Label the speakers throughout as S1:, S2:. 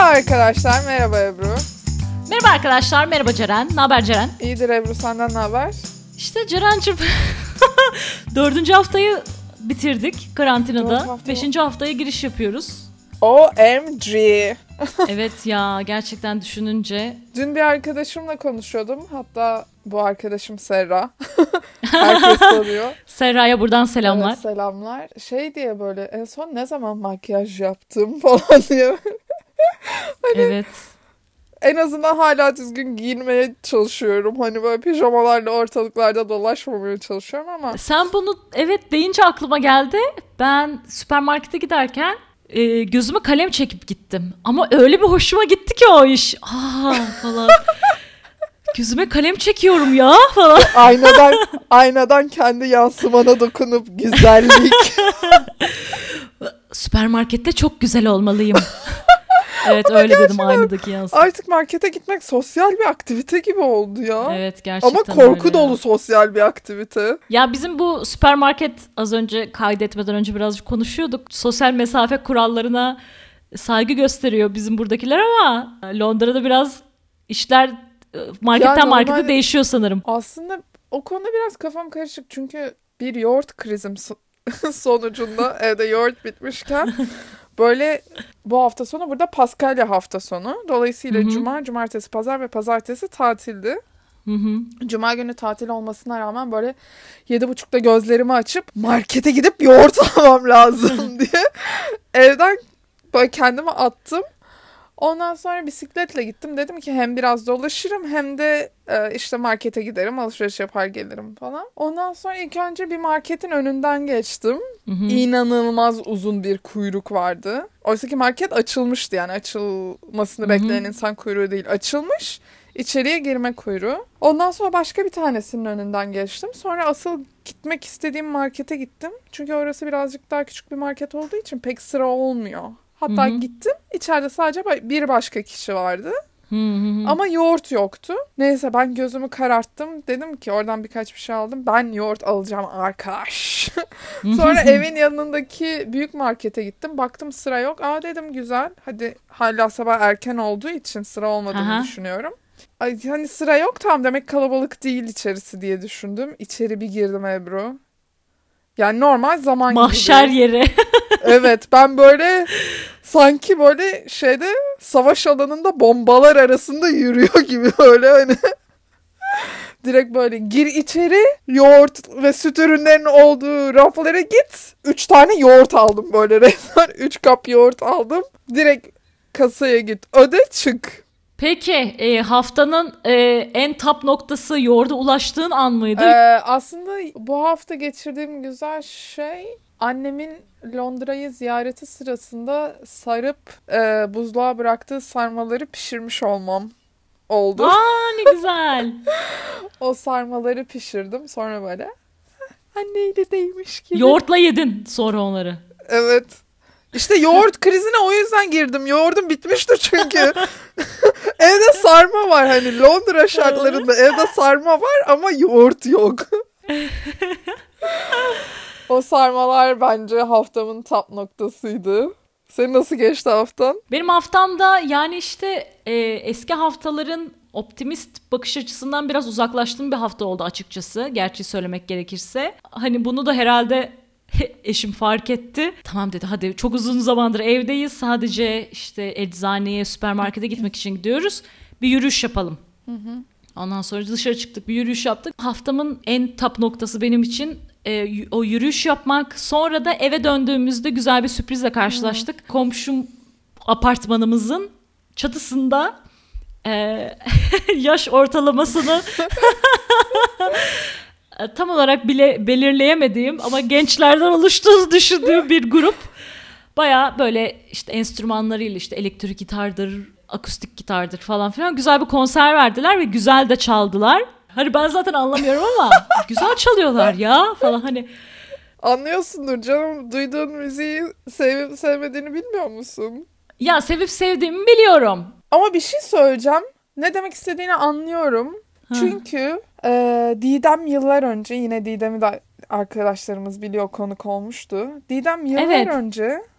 S1: arkadaşlar, merhaba Ebru.
S2: Merhaba arkadaşlar, merhaba Ceren. Ne haber Ceren?
S1: İyidir Ebru, senden ne haber?
S2: İşte Ceren'cim 4. haftayı bitirdik karantinada. 5. haftaya giriş yapıyoruz.
S1: OMG.
S2: Evet ya, gerçekten düşününce.
S1: Dün bir arkadaşımla konuşuyordum. Hatta bu arkadaşım Serra. Herkes tanıyor.
S2: Serra'ya buradan selamlar.
S1: Evet, selamlar. Şey diye böyle en son ne zaman makyaj yaptım falan diye. Hani
S2: evet.
S1: en azından hala düzgün giyinmeye çalışıyorum. Hani böyle pijamalarla ortalıklarda dolaşmamaya çalışıyorum ama.
S2: Sen bunu evet deyince aklıma geldi. Ben süpermarkete giderken gözüme kalem çekip gittim. Ama öyle bir hoşuma gitti ki o iş. Falan. Gözüme kalem çekiyorum ya falan.
S1: Aynadan kendi yansımana dokunup güzellik.
S2: Süpermarkette çok güzel olmalıyım. Evet öyle dedim aynadaki yansıma.
S1: Artık markete gitmek sosyal bir aktivite gibi oldu ya.
S2: Evet gerçekten
S1: ama korku dolu
S2: ya.
S1: sosyal bir aktivite.
S2: Ya bizim bu süpermarket az önce kaydetmeden önce birazcık konuşuyorduk. Sosyal mesafe kurallarına saygı gösteriyor bizim buradakiler ama Londra'da biraz işler marketten markete değişiyor sanırım.
S1: Aslında o konuda biraz kafam karışık çünkü bir yoğurt krizim sonucunda evde yoğurt bitmişken böyle bu hafta sonu burada Paskalya hafta sonu. Dolayısıyla
S2: Hı-hı.
S1: Cuma, Cumartesi, Pazar ve Pazartesi tatildi.
S2: Hı-hı.
S1: Cuma günü tatil olmasına rağmen böyle 7.30'da gözlerimi açıp markete gidip yoğurt almam lazım diye evden böyle kendimi attım. Ondan sonra bisikletle gittim. Dedim ki hem biraz dolaşırım hem de işte markete giderim, alışveriş yapar gelirim falan. Ondan sonra ilk önce bir marketin önünden geçtim.
S2: Hı-hı.
S1: İnanılmaz uzun bir kuyruk vardı. Oysa ki market açılmıştı, yani açılmasını bekleyen insan kuyruğu değil, açılmış. İçeriye girme kuyruğu. Ondan sonra başka bir tanesinin önünden geçtim. Sonra asıl gitmek istediğim markete gittim. Çünkü orası birazcık daha küçük bir market olduğu için pek sıra olmuyor. Hatta gittim. İçeride sadece bir başka kişi vardı. Ama yoğurt yoktu. Neyse ben gözümü kararttım. Dedim ki oradan birkaç bir şey aldım. Ben yoğurt alacağım arkadaş. Sonra evin yanındaki büyük markete gittim. Baktım sıra yok. Aa dedim güzel. Hadi hala sabah erken olduğu için sıra olmadığını düşünüyorum. Ay, hani sıra yok, tamam demek kalabalık değil içerisi diye düşündüm. İçeri bir girdim Ebru. Yani normal zaman gibi.
S2: Mahşer yeri.
S1: Evet, ben böyle sanki böyle şeyde savaş alanında bombalar arasında yürüyor gibi böyle hani. Direkt böyle gir içeri, yoğurt ve süt ürünlerinin olduğu raflara git. 3 tane yoğurt aldım böyle resmen. 3 kap yoğurt aldım. Direkt kasaya git, öde, çık.
S2: Peki haftanın en top noktası yoğurda ulaştığın an mıydı?
S1: Aslında bu hafta geçirdiğim güzel şey annemin Londra'yı ziyareti sırasında sarıp buzluğa bıraktığı sarmaları pişirmiş olmam oldu.
S2: Aa ne güzel.
S1: O sarmaları pişirdim sonra böyle anneyle değmiş gibi.
S2: Yoğurtla yedin sonra onları.
S1: Evet. İşte yoğurt krizine o yüzden girdim. Yoğurdum bitmişti çünkü. Evde sarma var, hani Londra şartlarında evde sarma var ama yoğurt yok. O sarmalar bence haftamın top noktasıydı. Senin nasıl geçti haftan?
S2: Benim haftamda yani işte eski haftaların optimist bakış açısından biraz uzaklaştığım bir hafta oldu açıkçası. Gerçi söylemek gerekirse. Hani bunu da herhalde eşim fark etti. Tamam dedi, hadi çok uzun zamandır evdeyiz. Sadece işte eczaneye, süpermarkete gitmek için gidiyoruz. Bir yürüyüş yapalım. Ondan sonra dışarı çıktık, bir yürüyüş yaptık. Haftamın en top noktası benim için o yürüyüş yapmak. Sonra da eve döndüğümüzde güzel bir sürprizle karşılaştık. Komşum apartmanımızın çatısında yaş ortalamasını tam olarak bile belirleyemediğim ama gençlerden oluştuğunu düşündüğüm bir grup. Baya böyle işte enstrümanlarıyla, işte elektrik gitardır, akustik gitardır falan filan güzel bir konser verdiler ve güzel de çaldılar. Hani ben zaten anlamıyorum ama güzel çalıyorlar ya falan hani.
S1: Anlıyorsundur canım, duyduğun müziği sevip sevmediğini bilmiyor musun?
S2: Ya sevip sevdiğimi biliyorum.
S1: Ama bir şey söyleyeceğim. Ne demek istediğini anlıyorum. Çünkü Didem yıllar önce, yine Didem'i de arkadaşlarımız biliyor, konuk olmuştu. Didem yıllar önce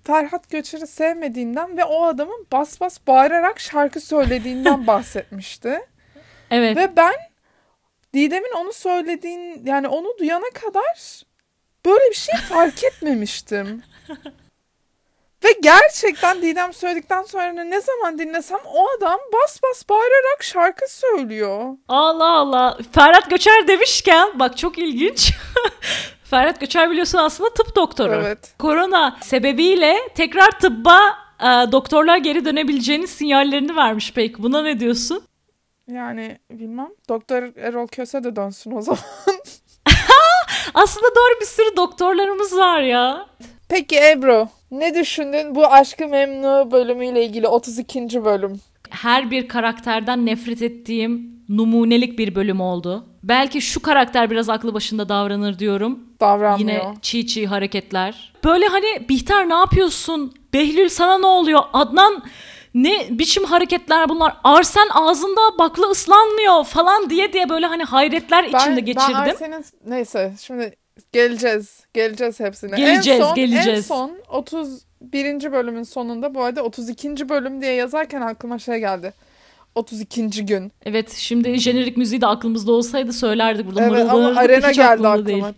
S1: Ferhat Göçer'i sevmediğinden ve o adamın bas bas bağırarak şarkı söylediğinden bahsetmişti.
S2: Evet.
S1: Ve ben Didem'in onu söylediğin, yani onu duyana kadar böyle bir şey fark etmemiştim. Ve gerçekten Didem söyledikten sonra ne zaman dinlesem o adam bas bas bağırarak şarkı söylüyor.
S2: Allah Allah. Ferhat Göçer demişken bak çok ilginç. Ferhat Göçer biliyorsun aslında tıp doktoru.
S1: Evet.
S2: Korona sebebiyle tekrar tıbba doktorlar geri dönebileceğinin sinyallerini vermiş peki. Buna ne diyorsun?
S1: Yani bilmem. Doktor Erol Köse de dönsün o zaman.
S2: Aslında doğru, bir sürü doktorlarımız var ya.
S1: Peki Ebru, ne düşündün bu Aşk-ı Memnu bölümüyle ilgili 32. bölüm?
S2: Her bir karakterden nefret ettiğim numunelik bir bölüm oldu. Belki şu karakter biraz aklı başında davranır diyorum.
S1: Davranmıyor.
S2: Yine çiğ çiğ hareketler. Böyle hani Bihter ne yapıyorsun? Behlül sana ne oluyor? Adnan ne biçim hareketler bunlar? Arsen ağzında bakla ıslanmıyor falan diye böyle hani hayretler içinde geçirdim.
S1: Ben Arsen'in neyse şimdi geleceğiz hepsine.
S2: Geleceğiz.
S1: En son 31. bölümün sonunda, bu arada 32. bölüm diye yazarken aklıma şey geldi. 32. gün.
S2: Evet, şimdi jenerik müziği de aklımızda olsaydı söylerdik burada.
S1: Evet ama arena geldi aklıma.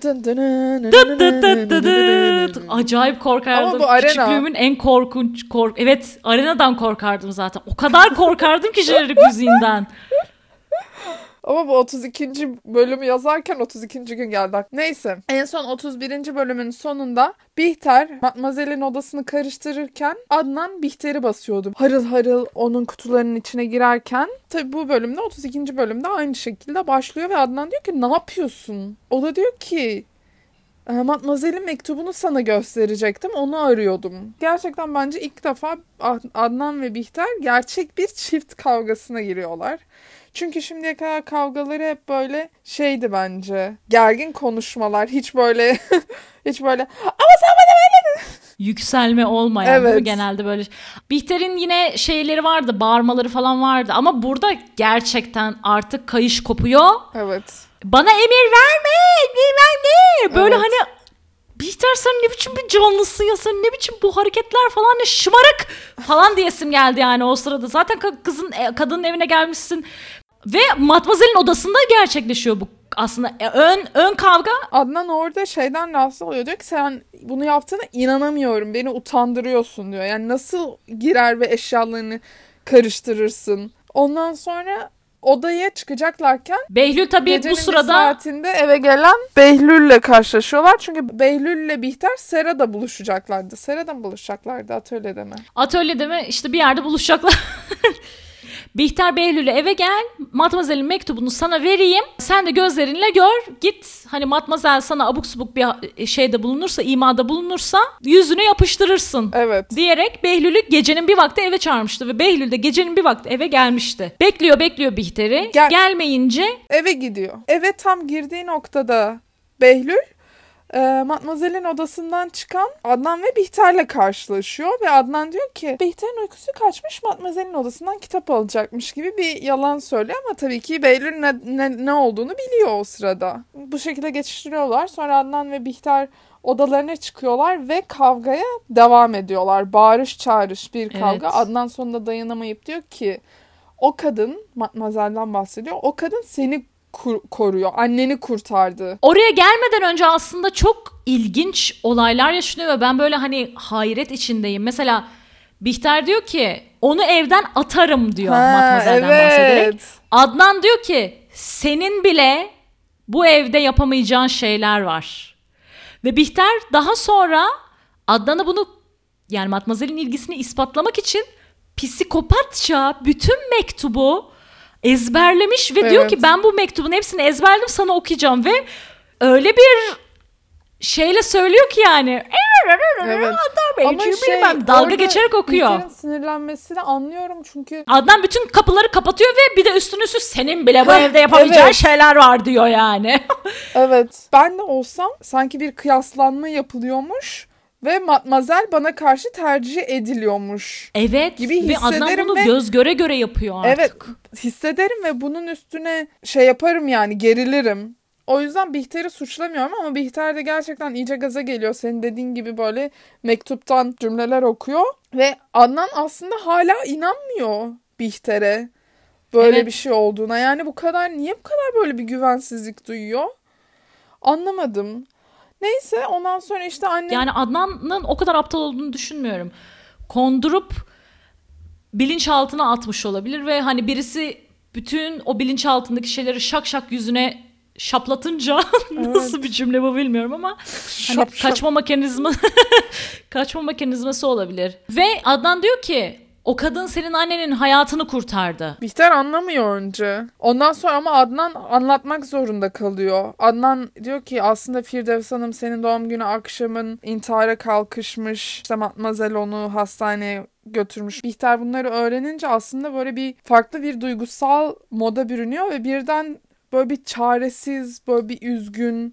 S2: Acayip korkardım.
S1: Ama bu arena.
S2: Küçüklüğümün en korkunç Evet, arenadan korkardım zaten. O kadar korkardım ki jenerik müziğinden.
S1: Ama bu 32. bölümü yazarken 32. gün geldi. Neyse. En son 31. bölümün sonunda Bihter Matmazel'in odasını karıştırırken Adnan Bihter'i basıyordu. Harıl harıl onun kutularının içine girerken. Tabii bu bölümde 32. bölümde aynı şekilde başlıyor ve Adnan diyor ki ne yapıyorsun? O da diyor ki Matmazel'in mektubunu sana gösterecektim. Onu arıyordum. Gerçekten bence ilk defa Adnan ve Bihter gerçek bir çift kavgasına giriyorlar. Çünkü şimdiye kadar kavgaları hep böyle şeydi bence. Gergin konuşmalar. Hiç böyle ama sen bana böyle
S2: Yükselme olmayan,
S1: evet.
S2: Değil mi? Genelde böyle. Bihter'in yine şeyleri vardı, bağırmaları falan vardı. Ama burada gerçekten artık kayış kopuyor.
S1: Evet.
S2: Bana emir verme. Böyle
S1: evet.
S2: hani Bihter sen ne biçim bir canlısın ya, sen ne biçim bu hareketler falan, ne şımarık falan diyesim geldi yani o sırada. Zaten kadının evine gelmişsin ve Matmazel'in odasında gerçekleşiyor bu aslında ön kavga.
S1: Adnan orada şeyden rahatsız oluyor, diyor ki sen bunu yaptığına inanamıyorum, beni utandırıyorsun diyor. Yani nasıl girer ve eşyalarını karıştırırsın. Ondan sonra odaya çıkacaklarken
S2: Behlül tabii bu sırada
S1: saatinde eve gelen Behlül'le karşılaşıyorlar. Çünkü Behlül'le Bihter Sera'da buluşacaklardı. Sera'da mı buluşacaklardı, atölyede mi?
S2: Atölyede mi? İşte bir yerde buluşacaklar. Bihter Behlül'e eve gel. Matmazel'in mektubunu sana vereyim. Sen de gözlerinle gör. Git hani Matmazel sana abuk subuk bir şeyde bulunursa, imada bulunursa yüzüne yapıştırırsın.
S1: Evet.
S2: Diyerek Behlül'ü gecenin bir vakti eve çağırmıştı. Ve Behlül de gecenin bir vakti eve gelmişti. Bekliyor Bihter'i. Gelmeyince
S1: eve gidiyor. Eve tam girdiği noktada Behlül Matmazel'in odasından çıkan Adnan ve Bihter'le karşılaşıyor ve Adnan diyor ki Bihter'in uykusu kaçmış, Matmazel'in odasından kitap alacakmış gibi bir yalan söylüyor ama tabii ki Behlül ne olduğunu biliyor o sırada. Bu şekilde geçiştiriyorlar. Sonra Adnan ve Bihter odalarına çıkıyorlar ve kavgaya devam ediyorlar. Bağırış çağırış bir kavga.
S2: Evet.
S1: Adnan sonunda dayanamayıp diyor ki o kadın, Matmazel'den bahsediyor, o kadın seni koruyor. Anneni kurtardı.
S2: Oraya gelmeden önce aslında çok ilginç olaylar yaşanıyor ve ben böyle hani hayret içindeyim. Mesela Bihter diyor ki onu evden atarım diyor Matmazel'den bahsederek. Adnan diyor ki senin bile bu evde yapamayacağın şeyler var. Ve Bihter daha sonra Adnan'a bunu, yani Matmazel'in ilgisini ispatlamak için psikopatça bütün mektubu ezberlemiş ve diyor ki ben bu mektubun hepsini ezberledim, sana okuyacağım ve öyle bir şeyle söylüyor ki yani.
S1: Evet.
S2: Ama dalga geçerek okuyor.
S1: Bihter'in sinirlenmesini anlıyorum çünkü
S2: Adnan bütün kapıları kapatıyor ve bir de üstüne senin bile bu evde yapamayacağın şeyler var diyor yani.
S1: Evet. Ben de olsam sanki bir kıyaslanma yapılıyormuş ve Matmazel bana karşı tercih ediliyormuş.
S2: Evet.
S1: Gibi
S2: ve Adnan bunu göz göre yapıyor artık.
S1: Evet. Hissederim ve bunun üstüne şey yaparım, yani gerilirim. O yüzden Bihter'i suçlamıyorum ama Bihter de gerçekten iyice gaza geliyor. Senin dediğin gibi böyle mektuptan cümleler okuyor. Ve Adnan aslında hala inanmıyor Bihter'e böyle
S2: Evet.
S1: bir şey olduğuna. Yani niye bu kadar böyle bir güvensizlik duyuyor? Anlamadım. Neyse ondan sonra işte annem...
S2: Yani Adnan'ın o kadar aptal olduğunu düşünmüyorum. Kondurup bilinçaltına atmış olabilir ve hani birisi bütün o bilinçaltındaki şeyleri şak şak yüzüne şaplatınca nasıl bir cümle bu bilmiyorum ama hani kaçma mekanizması olabilir. Ve Adnan diyor ki o kadın senin annenin hayatını kurtardı.
S1: Bihter anlamıyor önce. Ondan sonra ama Adnan anlatmak zorunda kalıyor. Adnan diyor ki aslında Firdevs Hanım senin doğum günü akşamın intihara kalkışmış. İşte Matmazel onu hastaneye götürmüş. Bihter bunları öğrenince aslında böyle bir farklı bir duygusal moda bürünüyor ve birden böyle bir çaresiz, böyle bir üzgün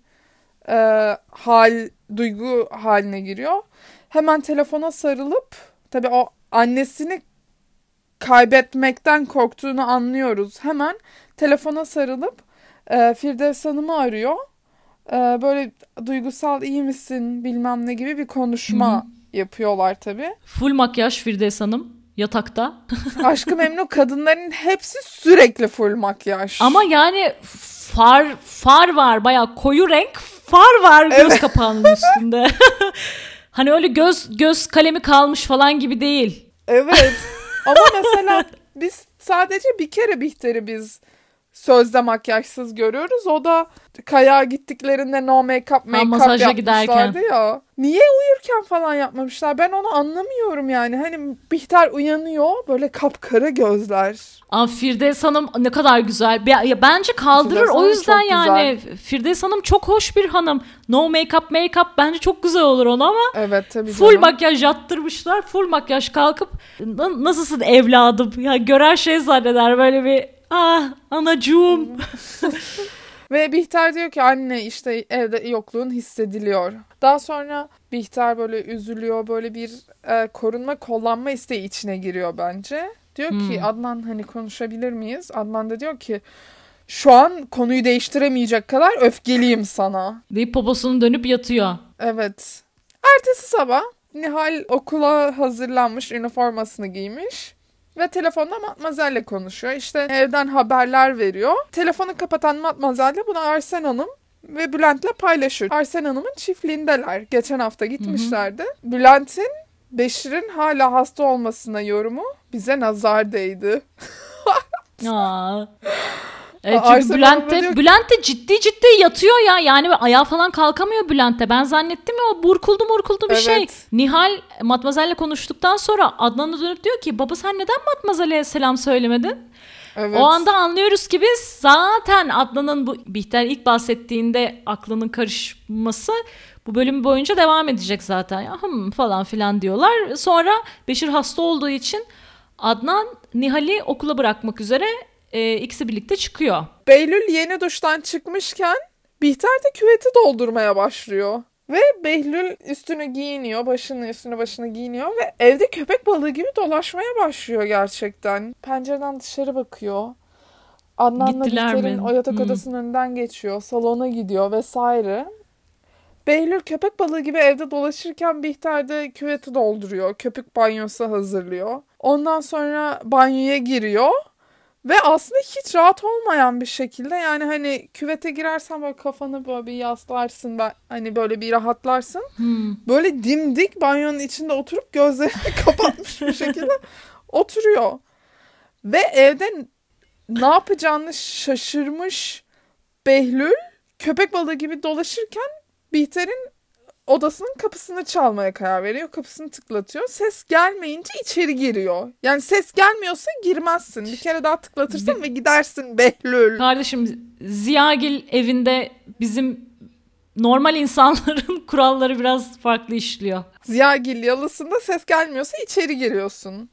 S1: duygu haline giriyor. Hemen telefona sarılıp tabii o annesini kaybetmekten korktuğunu anlıyoruz. Hemen telefona sarılıp Firdevs Hanım'ı arıyor. Böyle duygusal iyi misin bilmem ne gibi bir konuşma yapıyorlar tabii.
S2: Full makyaj Firdevs Hanım yatakta.
S1: Aşk-ı Memnu kadınların hepsi sürekli full makyaj.
S2: Ama yani far var, bayağı koyu renk far var göz kapağının üstünde. Hani öyle göz kalemi kalmış falan gibi değil.
S1: Evet. Ama mesela biz sadece bir kere Bihter'i biz sözde makyajsız görüyoruz. O da Kayağa gittiklerinde no make-up
S2: masaja
S1: yapmışlardı ya. Niye uyurken falan yapmamışlar? Ben onu anlamıyorum yani. Hani Bihter uyanıyor böyle kapkara gözler.
S2: Firdevs Hanım ne kadar güzel. Ya bence kaldırır
S1: Firdevs
S2: o
S1: Hanım
S2: yüzden
S1: çok
S2: yani.
S1: güzel.
S2: Firdevs Hanım çok hoş bir hanım. No make-up bence çok güzel olur ona ama
S1: Evet tabii
S2: full
S1: canım.
S2: makyaj yattırmışlar. Full makyaj kalkıp nasılsın evladım? Ya gören şey zanneder böyle bir anacığım.
S1: Ve Bihter diyor ki anne işte evde yokluğun hissediliyor. Daha sonra Bihter böyle üzülüyor. Böyle bir korunma kollanma isteği içine giriyor bence. Diyor ki Adnan hani konuşabilir miyiz? Adnan da diyor ki şu an konuyu değiştiremeyecek kadar öfkeliyim sana.
S2: Deyip poposunu dönüp yatıyor.
S1: Evet. Ertesi sabah Nihal okula hazırlanmış, üniformasını giymiş. Ve telefonda Matmazel'le konuşuyor. İşte evden haberler veriyor. Telefonu kapatan Matmazel de bunu Arsen Hanım ve Bülent'le paylaşıyor. Arsen Hanım'ın çiftliğindeler. Geçen hafta gitmişlerdi. Bülent'in Beşir'in hala hasta olmasına yorumu bize nazar değdi.
S2: Çünkü Bülent de ciddi yatıyor ya. Yani ayağa falan kalkamıyor Bülent de. Ben zannettim ya o burkuldu bir şey. Nihal Matmazel'le konuştuktan sonra Adnan'a dönüp diyor ki baba sen neden Matmazel'e selam söylemedin? Evet. O anda anlıyoruz ki biz zaten Adnan'ın bu Bihter ilk bahsettiğinde aklının karışması bu bölüm boyunca devam edecek zaten. Ya, falan filan diyorlar. Sonra Beşir hasta olduğu için Adnan Nihal'i okula bırakmak üzere ikisi birlikte çıkıyor.
S1: Behlül yeni duştan çıkmışken Bihter de küveti doldurmaya başlıyor. Ve Behlül üstünü giyiniyor, başını giyiniyor ve evde köpek balığı gibi dolaşmaya başlıyor gerçekten. Pencereden dışarı bakıyor. Adnan'la Bihter'in o yatak odasının önünden geçiyor, salona gidiyor vesaire. Behlül köpek balığı gibi evde dolaşırken Bihter de küveti dolduruyor, köpük banyosu hazırlıyor. Ondan sonra banyoya giriyor. Ve aslında hiç rahat olmayan bir şekilde yani hani küvete girersen böyle kafanı böyle bir yaslarsın hani böyle bir rahatlarsın. Böyle dimdik banyonun içinde oturup gözlerini kapatmış bir şekilde oturuyor. Ve evde ne yapacağını şaşırmış Behlül köpek balığı gibi dolaşırken Bihter'in odasının kapısını çalmaya karar veriyor. Kapısını tıklatıyor. Ses gelmeyince içeri giriyor. Yani ses gelmiyorsa girmezsin. Bir kere daha tıklatırsın ve gidersin Behlül.
S2: Kardeşim Ziyagil evinde bizim normal insanların kuralları biraz farklı işliyor.
S1: Ziyagil yalısında ses gelmiyorsa içeri giriyorsun.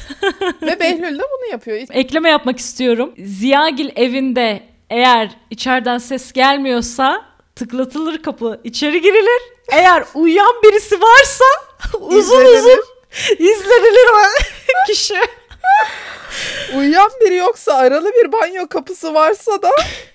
S1: Ve Behlül de bunu yapıyor.
S2: Ekleme yapmak istiyorum. Ziyagil evinde eğer içeriden ses gelmiyorsa tıklatılır kapı, içeri girilir. Eğer uyuyan birisi varsa uzun izlenilir o kişi.
S1: Uyuyan biri yoksa aralı bir banyo kapısı varsa da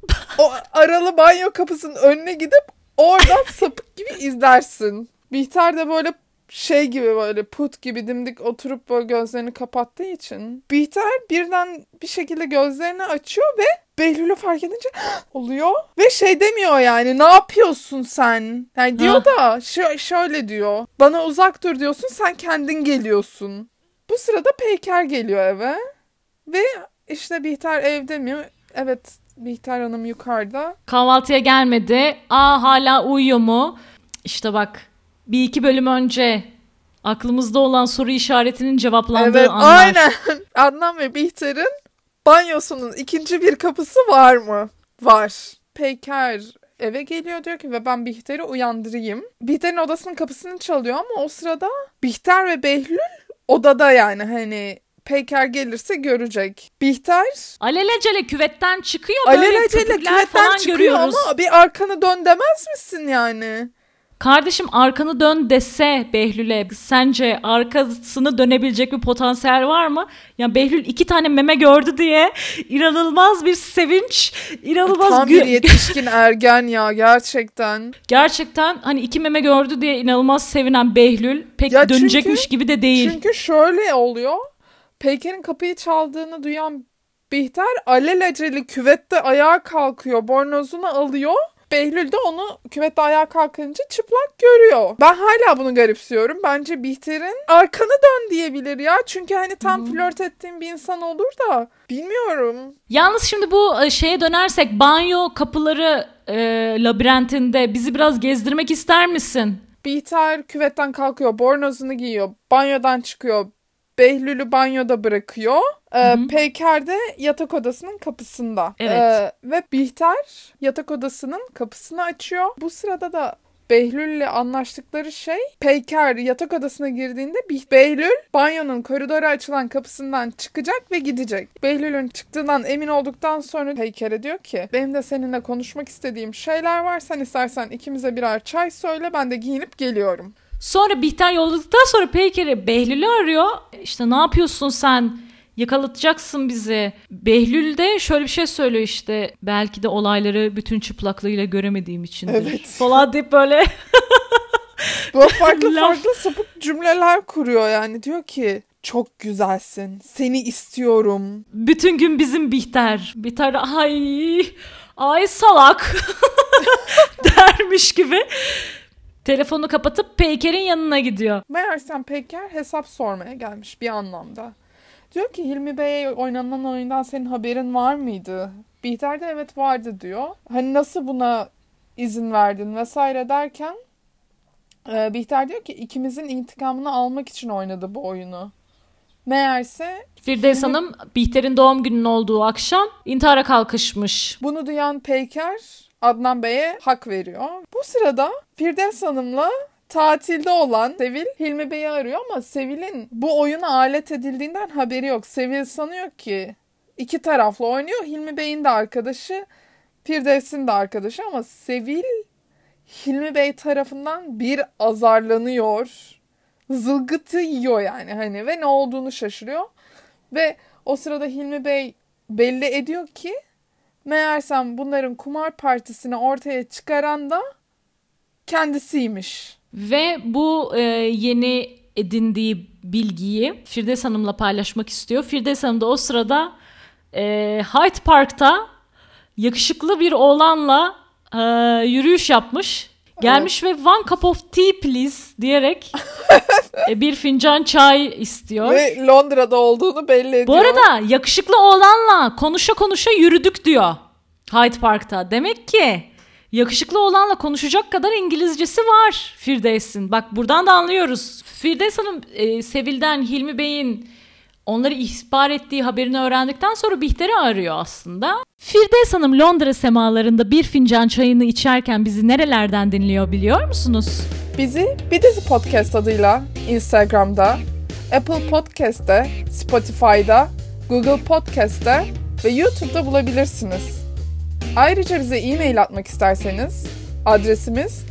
S1: O aralı banyo kapısının önüne gidip oradan sapık gibi izlersin. Bihter de böyle şey gibi, böyle put gibi dimdik oturup böyle gözlerini kapattığı için. Bihter birden bir şekilde gözlerini açıyor ve Behlül'ü fark edince oluyor. Ve şey demiyor yani, ne yapıyorsun sen? Yani diyor da şöyle diyor. Bana uzak dur diyorsun, sen kendin geliyorsun. Bu sırada Peyker geliyor eve. Ve işte Bihter evde mi? Evet, Bihter Hanım yukarıda.
S2: Kahvaltıya gelmedi. Hala uyuyor mu? İşte bak, bir iki bölüm önce aklımızda olan soru işaretinin cevaplandığı
S1: Evet,
S2: anlar.
S1: aynen. Adnan ve Bihter'in banyosunun ikinci bir kapısı var mı? Var. Peyker eve geliyor, diyor ki ve ben Bihter'i uyandırayım. Bihter'in odasının kapısını çalıyor ama o sırada Bihter ve Behlül odada, yani hani Peyker gelirse görecek. Bihter
S2: Alelacele küvetten çıkıyor, böyle
S1: alelacele
S2: köpükler
S1: küvetten
S2: falan
S1: çıkıyor
S2: görüyoruz.
S1: ama bir arkanı dön demez misin yani?
S2: Kardeşim, arkanı dön dese Behlül'e, sence arkasını dönebilecek bir potansiyel var mı? Ya Behlül 2 tane meme gördü diye inanılmaz bir sevinç, inanılmaz
S1: Tam bir yetişkin ergen ya, gerçekten.
S2: Gerçekten hani 2 meme gördü diye inanılmaz sevinen Behlül pek
S1: Ya
S2: dönecekmiş gibi de değil.
S1: Çünkü şöyle oluyor. Peyker'in kapıyı çaldığını duyan Bihter alelacele küvette ayağa kalkıyor. Bornozunu alıyor. Behlül de onu küvette ayağa kalkınca çıplak görüyor. Ben hala bunu garipsiyorum. Bence Bihter'in arkanı dön diyebilir ya. Çünkü hani tam flört ettiğim bir insan olur da bilmiyorum.
S2: Yalnız şimdi bu şeye dönersek, banyo kapıları labirentinde bizi biraz gezdirmek ister misin?
S1: Bihter küvetten kalkıyor. Bornozunu giyiyor. Banyodan çıkıyor. Behlül'ü banyoda bırakıyor. Peyker de yatak odasının kapısında.
S2: Evet.
S1: Ve Bihter yatak odasının kapısını açıyor. Bu sırada da Behlül'le anlaştıkları şey, Peyker yatak odasına girdiğinde Behlül banyonun koridora açılan kapısından çıkacak ve gidecek. Behlül'ün çıktığından emin olduktan sonra Peyker'e diyor ki, benim de seninle konuşmak istediğim şeyler var. Sen istersen ikimize birer çay söyle, ben de giyinip geliyorum.
S2: Sonra Bihter yolladıktan sonra Peyker'i Behlül'ü arıyor. İşte ne yapıyorsun sen? Yakalatacaksın bizi. Behlül de şöyle bir şey söylüyor işte. Belki de olayları bütün çıplaklığıyla göremediğim içindir.
S1: Evet.
S2: Falan deyip böyle.
S1: Böyle farklı sapık cümleler kuruyor yani. Diyor ki, çok güzelsin. Seni istiyorum.
S2: Bütün gün bizim Bihter. Bihter de ay salak dermiş gibi. Telefonu kapatıp Peyker'in yanına gidiyor.
S1: Meğersem Peyker hesap sormaya gelmiş bir anlamda. Diyor ki, Hilmi Bey'e oynanan oyundan senin haberin var mıydı? Bihter de evet vardı diyor. Hani nasıl buna izin verdin vesaire derken Bihter diyor ki, ikimizin intikamını almak için oynadı bu oyunu. Meğerse
S2: Firdevs Hanım Bihter'in doğum gününün olduğu akşam intihara kalkışmış.
S1: bunu duyan Peyker Adnan Bey'e hak veriyor. Bu sırada Firdevs Hanım'la tatilde olan Sevil Hilmi Bey'i arıyor ama Sevil'in bu oyuna alet edildiğinden haberi yok. Sevil sanıyor ki iki taraflı oynuyor. Hilmi Bey'in de arkadaşı, Firdevs'in de arkadaşı ama Sevil Hilmi Bey tarafından bir azarlanıyor. Zılgıtı yiyor yani hani ve ne olduğunu şaşırıyor. Ve o sırada Hilmi Bey belli ediyor ki meğersem bunların kumar partisini ortaya çıkaran da kendisiymiş.
S2: Ve bu yeni edindiği bilgiyi Firdevs Hanım'la paylaşmak istiyor. Firdevs Hanım da o sırada Hyde Park'ta yakışıklı bir oğlanla yürüyüş yapmış. Gelmiş ve one cup of tea please diyerek bir fincan çay istiyor.
S1: Ve Londra'da olduğunu belli ediyor.
S2: Bu arada yakışıklı oğlanla konuşa konuşa yürüdük diyor Hyde Park'ta. Demek ki yakışıklı oğlanla konuşacak kadar İngilizcesi var Firdevs'in. Bak buradan da anlıyoruz. Firdevs Hanım Sevil'den Hilmi Bey'in onları ihbar ettiği haberini öğrendikten sonra Bihter'i arıyor aslında. Firdevs Hanım Londra semalarında bir fincan çayını içerken bizi nerelerden dinliyor biliyor musunuz?
S1: Bizi Bir Dizi Podcast adıyla Instagram'da, Apple Podcast'te, Spotify'da, Google Podcast'te ve YouTube'da bulabilirsiniz. Ayrıca bize e-mail atmak isterseniz adresimiz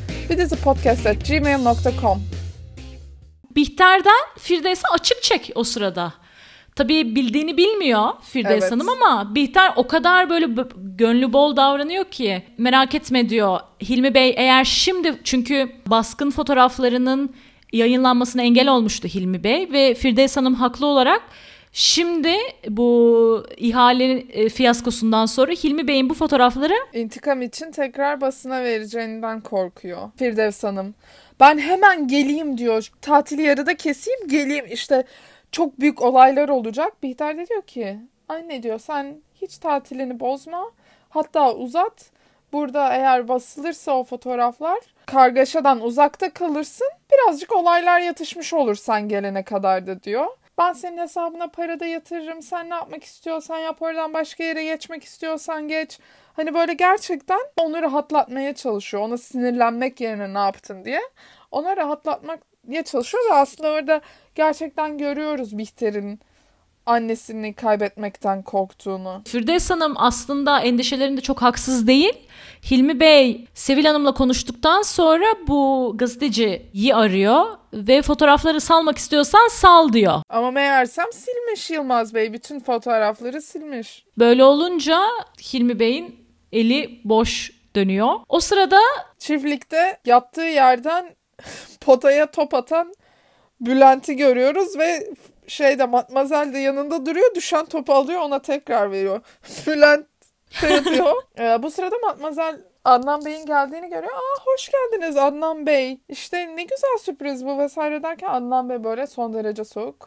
S1: bidizipodcast@gmail.com.
S2: Bihter'den Firdevs'e açık çek o sırada. Tabii bildiğini bilmiyor Firdevs
S1: Evet.
S2: Hanım ama Bihter o kadar böyle gönlü bol davranıyor ki merak etme diyor. Hilmi Bey eğer şimdi, çünkü baskın fotoğraflarının yayınlanmasına engel olmuştu Hilmi Bey ve Firdevs Hanım haklı olarak şimdi bu ihale fiyaskosundan sonra Hilmi Bey'in bu fotoğrafları
S1: İntikam için tekrar basına vereceğinden korkuyor Firdevs Hanım. Ben hemen geleyim diyor. Tatili yarıda keseyim geleyim. İşte çok büyük olaylar olacak. Bihter de diyor ki anne diyor sen hiç tatilini bozma. Hatta uzat. Burada eğer basılırsa o fotoğraflar kargaşadan uzakta kalırsın. Birazcık olaylar yatışmış olur sen gelene kadar da diyor. Ben senin hesabına para da yatırırım. Sen ne yapmak istiyorsan yap. Oradan başka yere geçmek istiyorsan geç. Hani böyle gerçekten onu rahatlatmaya çalışıyor. Ona sinirlenmek yerine ne yaptın diye. Ona rahatlatmaya çalışıyor ve aslında orada gerçekten görüyoruz Bihter'in annesini kaybetmekten korktuğunu.
S2: Firdevs Hanım aslında endişelerinde çok haksız değil. Hilmi Bey Sevil Hanım'la konuştuktan sonra bu gazeteciyi arıyor ve fotoğrafları salmak istiyorsan sal diyor.
S1: Ama meğersem silmiş Yılmaz Bey. Bütün fotoğrafları silmiş.
S2: Böyle olunca Hilmi Bey'in eli boş dönüyor. O sırada
S1: Çiftlikte yattığı yerden potaya top atan Bülent'i görüyoruz ve Matmazel de yanında duruyor. Düşen topu alıyor ona tekrar veriyor. Bülent diyor. Bu sırada Matmazel Adnan Bey'in geldiğini görüyor. Hoş geldiniz Adnan Bey. İşte ne güzel sürpriz bu vesaire derken Adnan Bey böyle son derece soğuk.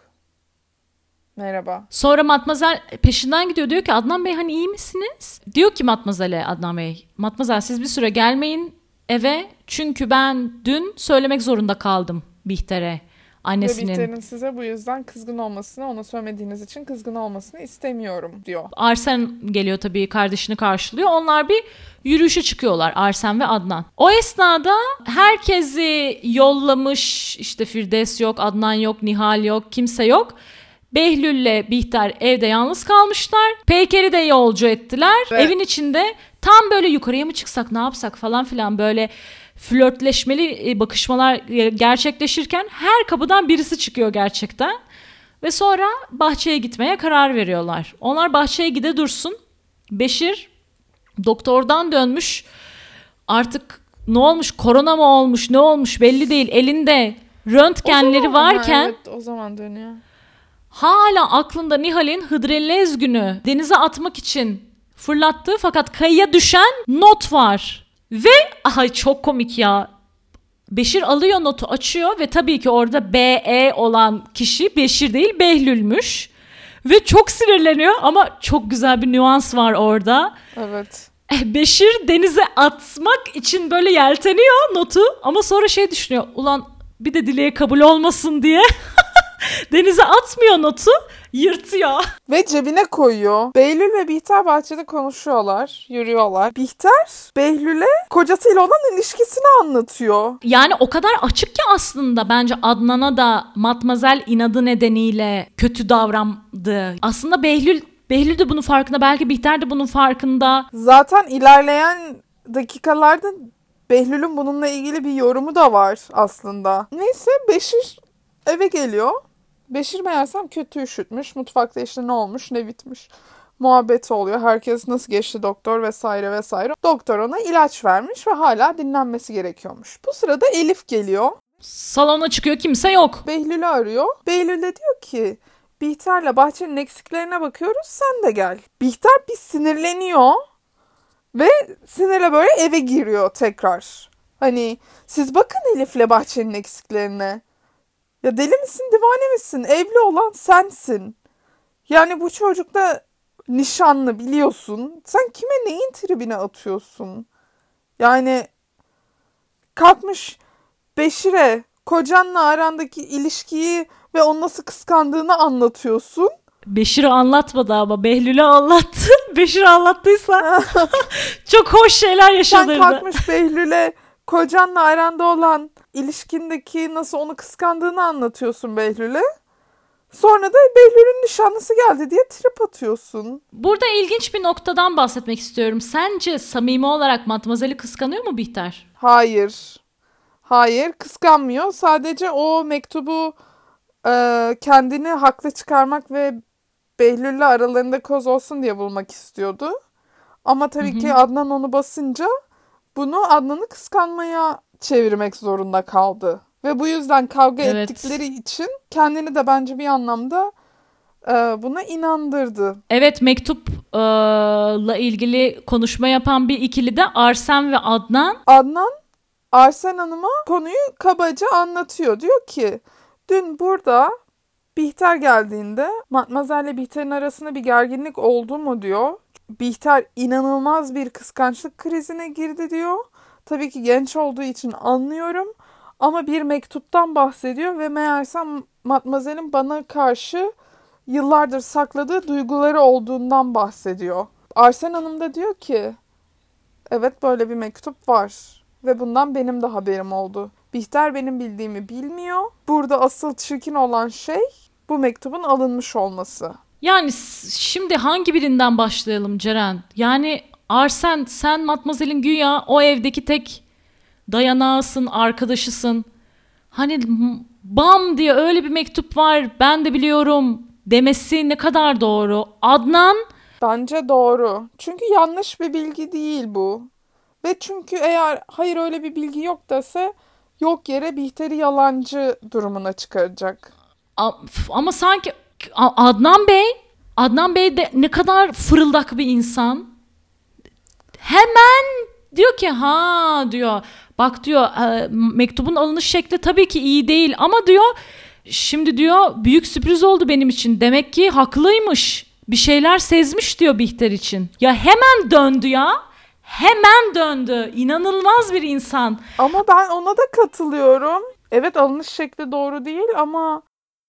S1: Merhaba.
S2: sonra Matmazel peşinden gidiyor. Diyor ki Adnan Bey hani iyi misiniz? Diyor ki Matmazel'e Adnan Bey, Matmazel siz bir süre gelmeyin eve. Çünkü ben dün söylemek zorunda kaldım Bihter'e.
S1: Ve
S2: Annesinin.
S1: Bihter'in size bu yüzden kızgın olmasını, ona söylemediğiniz için kızgın olmasını istemiyorum diyor.
S2: Arsen geliyor tabii, kardeşini karşılıyor. Onlar bir yürüyüşe çıkıyorlar, Arsen ve Adnan. O esnada herkesi yollamış, işte Firdevs yok, Adnan yok, Nihal yok, kimse yok. Behlül'le Bihter evde yalnız kalmışlar. Peyker'i de yolcu ettiler.
S1: Evet.
S2: Evin içinde tam böyle yukarıya mı çıksak, ne yapsak falan filan böyle flörtleşmeli bakışmalar gerçekleşirken her kapıdan birisi çıkıyor gerçekten. Ve sonra bahçeye gitmeye karar veriyorlar. Onlar bahçeye gide dursun. Beşir doktordan dönmüş. Artık ne olmuş, korona mı olmuş, ne olmuş belli değil. Elinde röntgenleri varken
S1: Evet, o zaman dönüyor.
S2: hala aklında Nihal'in Hıdrellez günü denize atmak için fırlattığı fakat kayıya düşen not var. Ve ay çok komik ya. Beşir alıyor notu, açıyor ve tabii ki orada BE olan kişi Beşir değil Behlül'müş. Ve çok sinirleniyor ama çok güzel bir nüans var orada.
S1: Evet.
S2: Beşir denize atmak için böyle yelteniyor notu ama sonra düşünüyor. Ulan bir de dileğe kabul olmasın diye denize atmıyor notu, yırtıyor.
S1: Ve cebine koyuyor. Behlül ve Bihter bahçede konuşuyorlar, yürüyorlar. Bihter, Behlül'e kocasıyla olan ilişkisini anlatıyor.
S2: Yani o kadar açık ki aslında bence Adnan'a da Matmazel inadı nedeniyle kötü davrandı. Aslında Behlül de bunun farkında, belki Bihter de bunun farkında.
S1: Zaten ilerleyen dakikalarda Behlül'ün bununla ilgili bir yorumu da var aslında. Neyse Beşir eve geliyor. Beşir meğersem kötü üşütmüş. Mutfakta işte ne olmuş ne bitmiş muhabbeti oluyor. Herkes nasıl geçti doktor vesaire vesaire. Doktor ona ilaç vermiş ve hala dinlenmesi gerekiyormuş. Bu sırada Elif geliyor.
S2: Salona çıkıyor, kimse yok.
S1: Behlül'ü arıyor. Behlül de diyor ki Bihter'le bahçenin eksiklerine bakıyoruz sen de gel. Bihter bir sinirleniyor ve sinirle böyle eve giriyor tekrar. Hani siz bakın Elif'le bahçenin eksiklerine. Ya deli misin, divane misin? Evli olan sensin. Yani bu çocuk da nişanlı biliyorsun. Sen kime neyin tribine atıyorsun? Yani kalkmış Beşir'e kocanla arandaki ilişkiyi ve onu nasıl kıskandığını anlatıyorsun.
S2: Beşir'e anlatmadı ama Behlül'e anlattı. Beşir'e anlattıysa çok hoş şeyler yaşanırdı.
S1: Sen kalkmış Behlül'e kocanla aranda olan ilişkindeki nasıl onu kıskandığını anlatıyorsun Behlül'e. Sonra da Behlül'ün nişanlısı geldi diye trip atıyorsun.
S2: Burada ilginç bir noktadan bahsetmek istiyorum. Sence samimi olarak Matmazel'i kıskanıyor mu Bihter?
S1: Hayır. Hayır, kıskanmıyor. Sadece o mektubu kendini haklı çıkarmak ve Behlül'le aralarında koz olsun diye bulmak istiyordu. Ama tabii ki Adnan onu basınca bunu Adnan'ı kıskanmaya çevirmek zorunda kaldı. Ve bu yüzden kavga ettikleri için kendini de bence bir anlamda buna inandırdı.
S2: Evet, mektupla ilgili konuşma yapan bir ikili de Arsen ve Adnan.
S1: Adnan Arsen Hanım'a konuyu kabaca anlatıyor. Diyor ki dün burada Bihter geldiğinde Matmazel'le Bihter'in arasında bir gerginlik oldu mu diyor. Bihter inanılmaz bir kıskançlık krizine girdi diyor. Tabii ki genç olduğu için anlıyorum. Ama bir mektuptan bahsediyor ve meğersem Matmazel'in bana karşı yıllardır sakladığı duyguları olduğundan bahsediyor. Arsen Hanım da diyor ki evet böyle bir mektup var ve bundan benim de haberim oldu. Bihter benim bildiğimi bilmiyor. Burada asıl çirkin olan şey bu mektubun alınmış olması.
S2: Yani şimdi hangi birinden başlayalım Ceren? Yani Arsen, sen Matmazel'in güya o evdeki tek dayanağısın, arkadaşısın. Hani bam diye öyle bir mektup var, ben de biliyorum demesi ne kadar doğru. Adnan...
S1: Bence doğru. Çünkü yanlış bir bilgi değil bu. Ve çünkü eğer hayır öyle bir bilgi yok dese yok yere Bihter'i yalancı durumuna çıkaracak.
S2: Ama sanki Adnan Bey de ne kadar fırıldak bir insan. Hemen diyor ki ha diyor. Bak diyor mektubun alınış şekli tabii ki iyi değil ama diyor şimdi diyor büyük sürpriz oldu benim için. Demek ki haklıymış. Bir şeyler sezmiş diyor Bihter için. Ya hemen döndü ya. Hemen döndü. İnanılmaz bir insan.
S1: Ama ben ona da katılıyorum. Evet alınış şekli doğru değil ama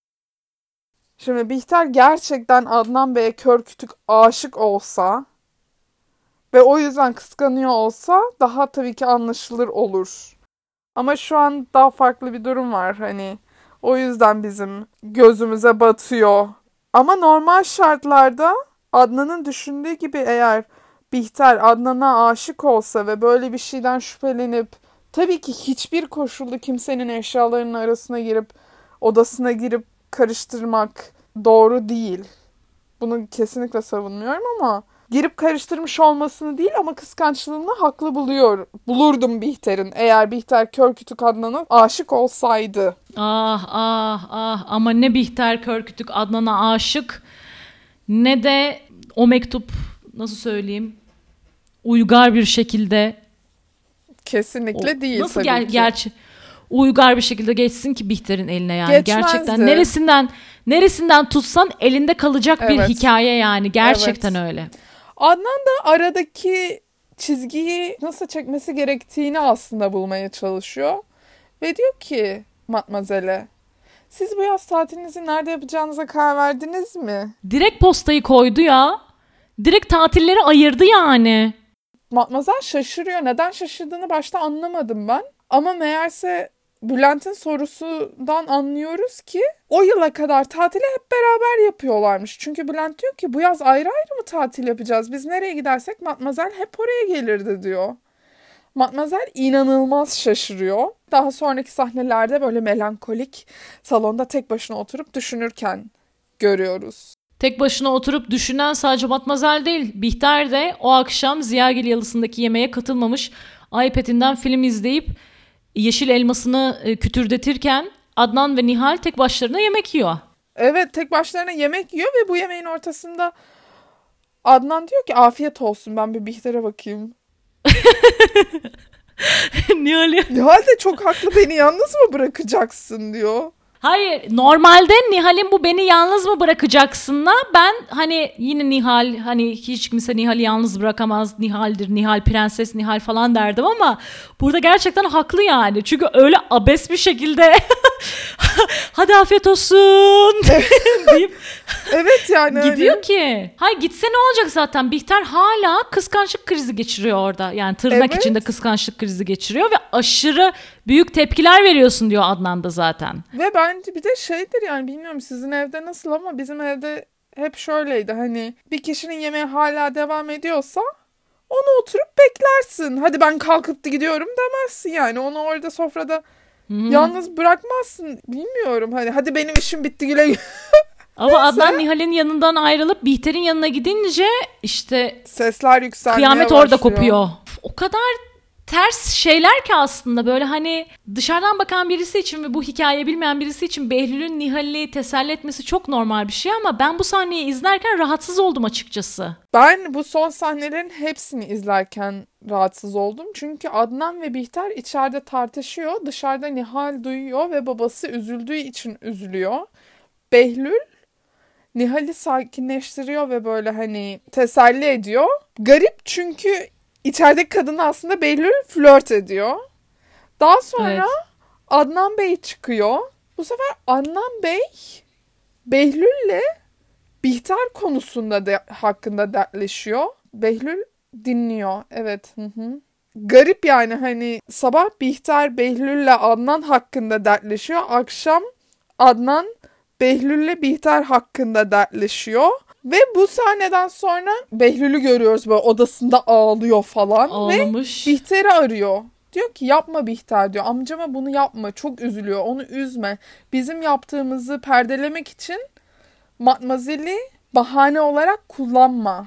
S1: şimdi Bihter gerçekten Adnan Bey'e kör kütük aşık olsa ve o yüzden kıskanıyor olsa daha tabii ki anlaşılır olur. Ama şu an daha farklı bir durum var hani. O yüzden bizim gözümüze batıyor. Ama normal şartlarda Adnan'ın düşündüğü gibi eğer Bihter Adnan'a aşık olsa ve böyle bir şeyden şüphelenip tabii ki hiçbir koşulda kimsenin eşyalarının arasına girip odasına girip karıştırmak doğru değil. Bunu kesinlikle savunmuyorum ama girip karıştırmış olmasını değil ama kıskançlığını haklı bulurdum Bihter'in. Eğer Bihter kör kütük Adnan'a aşık olsaydı.
S2: Ama ne Bihter kör kütük Adnan'a aşık ne de o mektup nasıl söyleyeyim uygar bir şekilde
S1: kesinlikle değil
S2: nasıl
S1: tabii ki.
S2: Gerçi uygar bir şekilde geçsin ki Bihter'in eline yani.
S1: Geçmezdi.
S2: Gerçekten neresinden tutsan elinde kalacak bir hikaye yani. Gerçekten öyle.
S1: Adnan da aradaki çizgiyi nasıl çekmesi gerektiğini aslında bulmaya çalışıyor. Ve diyor ki Matmazel'e siz bu yaz tatilinizi nerede yapacağınıza karar verdiniz mi?
S2: Direkt postayı koydu ya. Direkt tatilleri ayırdı yani.
S1: Matmazel şaşırıyor. Neden şaşırdığını başta anlamadım ben. Ama meğerse Bülent'in sorusundan anlıyoruz ki o yıla kadar tatili hep beraber yapıyorlarmış. Çünkü Bülent diyor ki bu yaz ayrı ayrı mı tatil yapacağız? Biz nereye gidersek Matmazel hep oraya gelirdi diyor. Matmazel inanılmaz şaşırıyor. Daha sonraki sahnelerde böyle melankolik salonda tek başına oturup düşünürken görüyoruz.
S2: Tek başına oturup düşünen sadece Matmazel değil. Bihter de o akşam Ziyagil Yalısı'ndaki yemeğe katılmamış. iPad'inden film izleyip yeşil elmasını kütürdetirken Adnan ve Nihal tek başlarına yemek yiyor.
S1: Evet tek başlarına yemek yiyor ve bu yemeğin ortasında Adnan diyor ki afiyet olsun ben bir Bihter'e bakayım.
S2: Nihal
S1: de çok haklı beni yalnız mı bırakacaksın diyor.
S2: Hayır normalde Nihal'in bu beni yalnız mı bırakacaksınla ben hani yine Nihal hani hiç kimse Nihal'i yalnız bırakamaz Nihal'dir Nihal prenses Nihal falan derdim ama burada gerçekten haklı yani çünkü öyle abes bir şekilde hadi afiyet olsun deyip
S1: evet yani
S2: gidiyor
S1: öyle.
S2: ki. Hayır gitse ne olacak zaten Bihter hala kıskançlık krizi geçiriyor orada yani tırnak içinde kıskançlık krizi geçiriyor ve aşırı büyük tepkiler veriyorsun diyor Adnan da zaten.
S1: Ve bence bir de şeydir yani bilmiyorum sizin evde nasıl ama bizim evde hep şöyleydi hani bir kişinin yemeği hala devam ediyorsa onu oturup beklersin. Hadi ben kalkıp da gidiyorum demezsin yani onu orada sofrada yalnız bırakmazsın bilmiyorum hani hadi benim işim bitti güle güle.
S2: Ama Adnan Nihal'in yanından ayrılıp Bihter'in yanına gidince işte
S1: Sesler yükselmeye
S2: kıyamet
S1: başlıyor.
S2: orada kopuyor. O kadar ters şeyler ki aslında, böyle hani dışarıdan bakan birisi için ve bu hikayeyi bilmeyen birisi için Behlül'ün Nihal'i teselli etmesi çok normal bir şey ama ben bu sahneyi izlerken rahatsız oldum açıkçası.
S1: Ben bu son sahnelerin hepsini izlerken rahatsız oldum. Çünkü Adnan ve Bihter içeride tartışıyor. Dışarıda Nihal duyuyor ve babası üzüldüğü için üzülüyor. Behlül Nihal'i sakinleştiriyor ve böyle hani teselli ediyor. Garip çünkü içerideki kadın aslında Behlül flört ediyor. Daha sonra
S2: Evet.
S1: Adnan Bey çıkıyor. Bu sefer Adnan Bey Behlül'le Bihter konusunda hakkında dertleşiyor. Behlül dinliyor. Evet. Hı. Garip yani, hani sabah Bihter Behlül'le Adnan hakkında dertleşiyor. Akşam Adnan Behlül'le Bihter hakkında dertleşiyor. Ve bu sahneden sonra Behlül'ü görüyoruz böyle odasında ağlıyor falan.
S2: Ağlamış.
S1: Ve Bihter'i arıyor. Diyor ki yapma Bihter diyor. Amcama bunu yapma. Çok üzülüyor. Onu üzme. Bizim yaptığımızı perdelemek için Matmazel'i bahane olarak kullanma.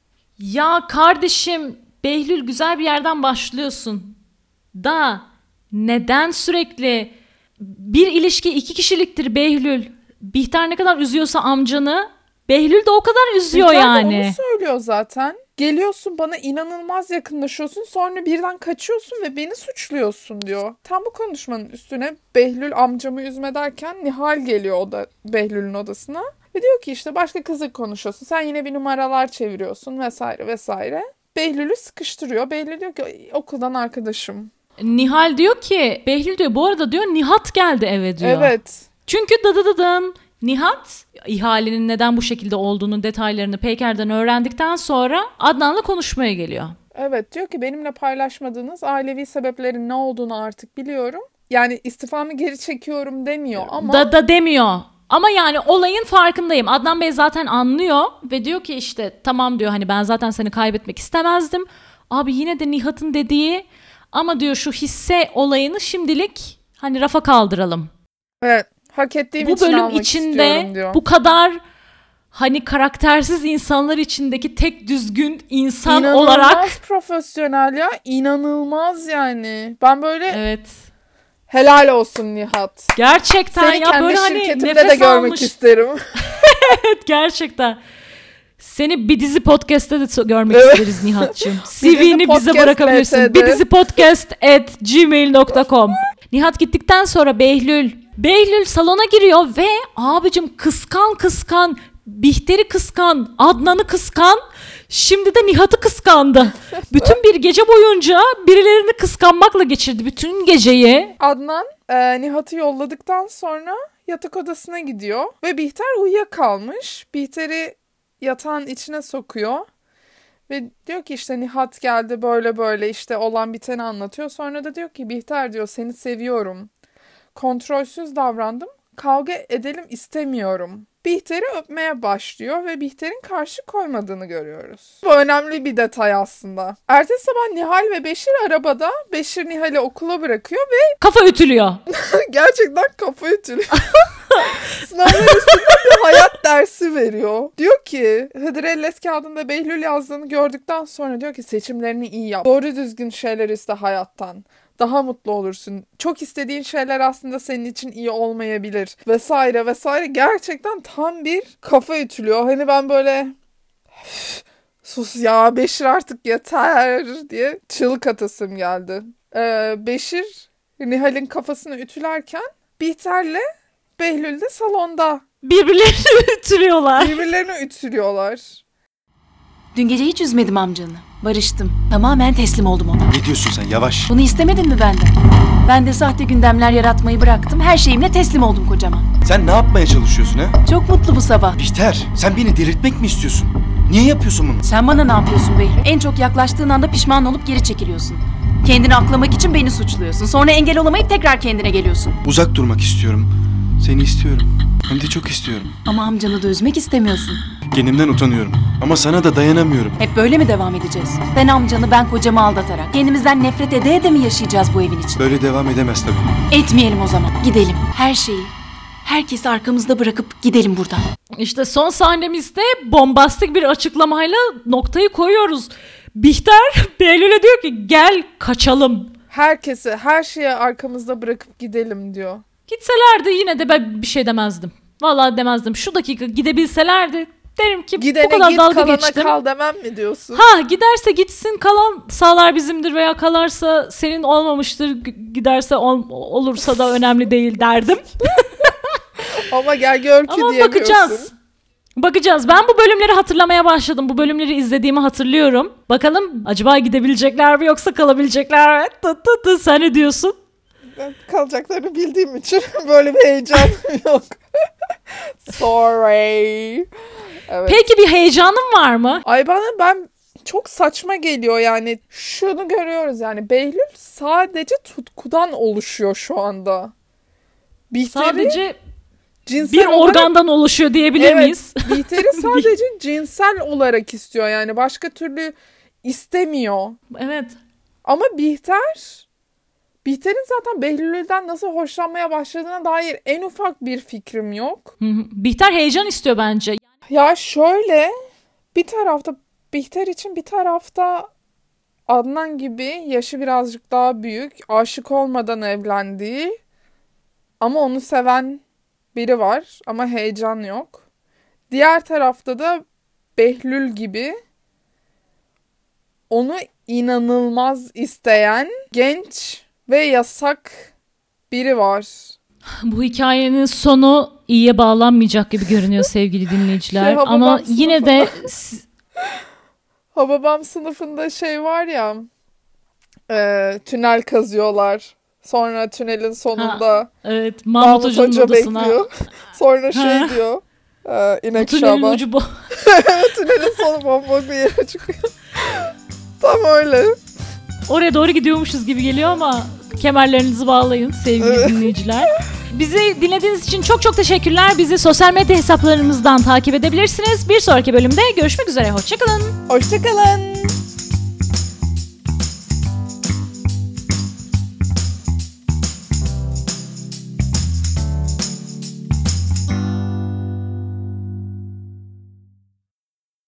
S2: Ya kardeşim, Behlül, güzel bir yerden başlıyorsun. Da neden sürekli bir ilişki 2 kişiliktir Behlül? Bihter ne kadar üzüyorsa amcanı, Behlül de o kadar üzüyor
S1: Bihter de
S2: yani.
S1: onu söylüyor zaten. Geliyorsun bana inanılmaz yakınlaşıyorsun, sonra birden kaçıyorsun ve beni suçluyorsun diyor. Tam bu konuşmanın üstüne Behlül amcamı üzme derken Nihal geliyor Behlül'ün odasına. Ve diyor ki işte başka kızla konuşuyorsun. Sen yine bir numaralar çeviriyorsun vesaire vesaire. Behlül'ü sıkıştırıyor. Behlül diyor ki okuldan arkadaşım.
S2: Nihal diyor ki, Behlül diyor bu arada diyor Nihat geldi eve diyor.
S1: Evet.
S2: Çünkü dıdıdıdın Nihat ihalenin neden bu şekilde olduğunu, detaylarını Peyker'den öğrendikten sonra Adnan'la konuşmaya geliyor.
S1: Evet, diyor ki benimle paylaşmadığınız ailevi sebeplerin ne olduğunu artık biliyorum. Yani istifamı geri çekiyorum demiyor ama...
S2: Da demiyor. Ama yani olayın farkındayım. Adnan Bey zaten anlıyor ve diyor ki işte tamam diyor, hani ben zaten seni kaybetmek istemezdim. Abi yine de Nihat'ın dediği, ama diyor şu hisse olayını şimdilik hani rafa kaldıralım.
S1: Evet, hak ettiğim
S2: Bu
S1: için
S2: bölüm
S1: almak
S2: içinde
S1: istiyorum diyor.
S2: bu kadar hani karaktersiz insanlar içindeki tek düzgün insan
S1: İnanılmaz
S2: olarak.
S1: profesyonel ya, inanılmaz yani. Ben böyle
S2: Evet.
S1: helal olsun Nihat.
S2: Gerçekten
S1: Seni
S2: ya,
S1: kendi
S2: böyle hani
S1: şirketimde
S2: nefes
S1: de görmek
S2: almış.
S1: isterim.
S2: Evet, gerçekten. Seni bir dizi podcast'te de görmek
S1: Evet.
S2: isteriz Nihat'cığım.
S1: dizi
S2: CV'ni bize
S1: podcast
S2: bırakabilirsin.
S1: LT'de.
S2: Bir dizi podcast@gmail.com. Nihat gittikten sonra Behlül salona giriyor ve abicim kıskan. Bihter'i kıskan. Adnan'ı kıskan. Şimdi de Nihat'ı kıskandı. Bütün bir gece boyunca birilerini kıskanmakla geçirdi bütün geceyi.
S1: Adnan Nihat'ı yolladıktan sonra yatak odasına gidiyor ve Bihter uyuyakalmış. Bihter'i yatağın içine sokuyor ve diyor ki işte Nihat geldi böyle böyle işte olan biteni anlatıyor. Sonra da diyor ki Bihter diyor seni seviyorum. Kontrolsüz davrandım. Kavga edelim istemiyorum. Bihter'i öpmeye başlıyor ve Bihter'in karşı koymadığını görüyoruz. Bu önemli bir detay aslında. Ertesi sabah Nihal ve Beşir arabada. Beşir Nihal'i okula bırakıyor ve
S2: Kafa ütülüyor.
S1: gerçekten kafa ütülüyor. Sınavlar üstünde bir hayat dersi veriyor. Diyor ki Hıdrellez kağıdında Behlül yazdığını gördükten sonra diyor ki seçimlerini iyi yap. Doğru düzgün şeyler iste hayattan. Daha mutlu olursun. Çok istediğin şeyler aslında senin için iyi olmayabilir. Vesaire vesaire. Gerçekten tam bir kafa ütülüyor. Hani ben böyle sus ya Beşir artık yeter diye çığlık atasım geldi. Beşir Nihal'in kafasını ütülerken Bihter'le Behlül de salonda.
S2: Birbirlerini ütülüyorlar.
S1: Birbirlerini ütülüyorlar.
S3: Dün gece hiç üzmedim amcanı. Barıştım. Tamamen teslim oldum ona.
S4: Ne diyorsun sen, yavaş.
S3: Bunu istemedin mi benden? Ben de sahte gündemler yaratmayı bıraktım. Her şeyimle teslim oldum kocama.
S4: Sen ne yapmaya çalışıyorsun ha?
S3: Çok mutlu bu sabah.
S4: Bihter, sen beni delirtmek mi istiyorsun? Niye yapıyorsun bunu?
S3: Sen bana ne yapıyorsun Behlül? En çok yaklaştığın anda pişman olup geri çekiliyorsun. Kendini aklamak için beni suçluyorsun. Sonra engel olamayıp tekrar kendine geliyorsun.
S4: Uzak durmak istiyorum. Seni istiyorum. Hem de çok istiyorum.
S3: Ama amcanı da üzmek istemiyorsun.
S4: Kendimden utanıyorum. Ama sana da dayanamıyorum.
S3: Hep böyle mi devam edeceğiz? Sen amcanı, ben kocamı aldatarak. Kendimizden nefret ede mi yaşayacağız bu evin içinde?
S4: Böyle devam edemez tabii.
S3: Etmeyelim o zaman. Gidelim. Her şeyi, Herkesi arkamızda bırakıp gidelim buradan.
S2: İşte son sahnemizde bombastik bir açıklamayla noktayı koyuyoruz. Bihter Behlül'e diyor ki gel kaçalım.
S1: Herkesi, her şeyi arkamızda bırakıp gidelim diyor.
S2: Gitselerdi yine de ben bir şey demezdim. Vallahi demezdim. Şu dakika gidebilselerdi derim ki
S1: Gidene
S2: bu kadar
S1: git,
S2: dalga
S1: kalana
S2: geçtim.
S1: kal demem mi diyorsun?
S2: Ha giderse gitsin, kalan sağlar bizimdir veya kalarsa senin olmamıştır, giderse olursa da önemli değil derdim.
S1: Ama gel gör ki
S2: Ama
S1: diyemiyorsun.
S2: bakacağız. Bakacağız. Ben bu bölümleri hatırlamaya başladım. Bu bölümleri izlediğimi hatırlıyorum. Bakalım acaba gidebilecekler mi yoksa kalabilecekler mi? Sen ne diyorsun?
S1: Ben kalacaklarını bildiğim için böyle bir heyecan yok. Sorry. Evet.
S2: Peki bir heyecanın var mı?
S1: Ay ben çok saçma geliyor yani. Şunu görüyoruz yani. Behlül sadece tutkudan oluşuyor şu anda. Bihter'i
S2: Sadece
S1: cinsel
S2: bir
S1: olarak,
S2: organdan oluşuyor diyebilir
S1: evet,
S2: miyiz?
S1: Bihter'i sadece cinsel olarak istiyor yani. Başka türlü istemiyor.
S2: Evet.
S1: Ama Bihter'in zaten Behlül'den nasıl hoşlanmaya başladığına dair en ufak bir fikrim yok.
S2: Hı hı. Bihter heyecan istiyor bence.
S1: Ya şöyle, bir tarafta Bihter için, bir tarafta Adnan gibi yaşı birazcık daha büyük, aşık olmadan evlendiği ama onu seven biri var ama heyecan yok. Diğer tarafta da Behlül gibi onu inanılmaz isteyen genç ve yasak biri var.
S2: Bu hikayenin sonu iyiye bağlanmayacak gibi görünüyor sevgili dinleyiciler.
S1: Hababam
S2: Ama
S1: sınıfı.
S2: yine de
S1: Hababam sınıfında şey var ya, tünel kazıyorlar. Sonra tünelin sonunda
S2: evet, Mahmut Hoca'nın
S1: Hoca
S2: odasına.
S1: bekliyor. Sonra şey diyor, İnek
S2: Tünelin
S1: Şaban.
S2: ucu bu.
S1: Tünelin sonu bomboş bir yere çıkıyor. Tam öyle.
S2: Oraya doğru gidiyormuşuz gibi geliyor ama kemerlerinizi bağlayın sevgili dinleyiciler. Bizi dinlediğiniz için çok çok teşekkürler. Bizi sosyal medya hesaplarımızdan takip edebilirsiniz. Bir sonraki bölümde görüşmek üzere. Hoşçakalın.
S1: Hoşçakalın.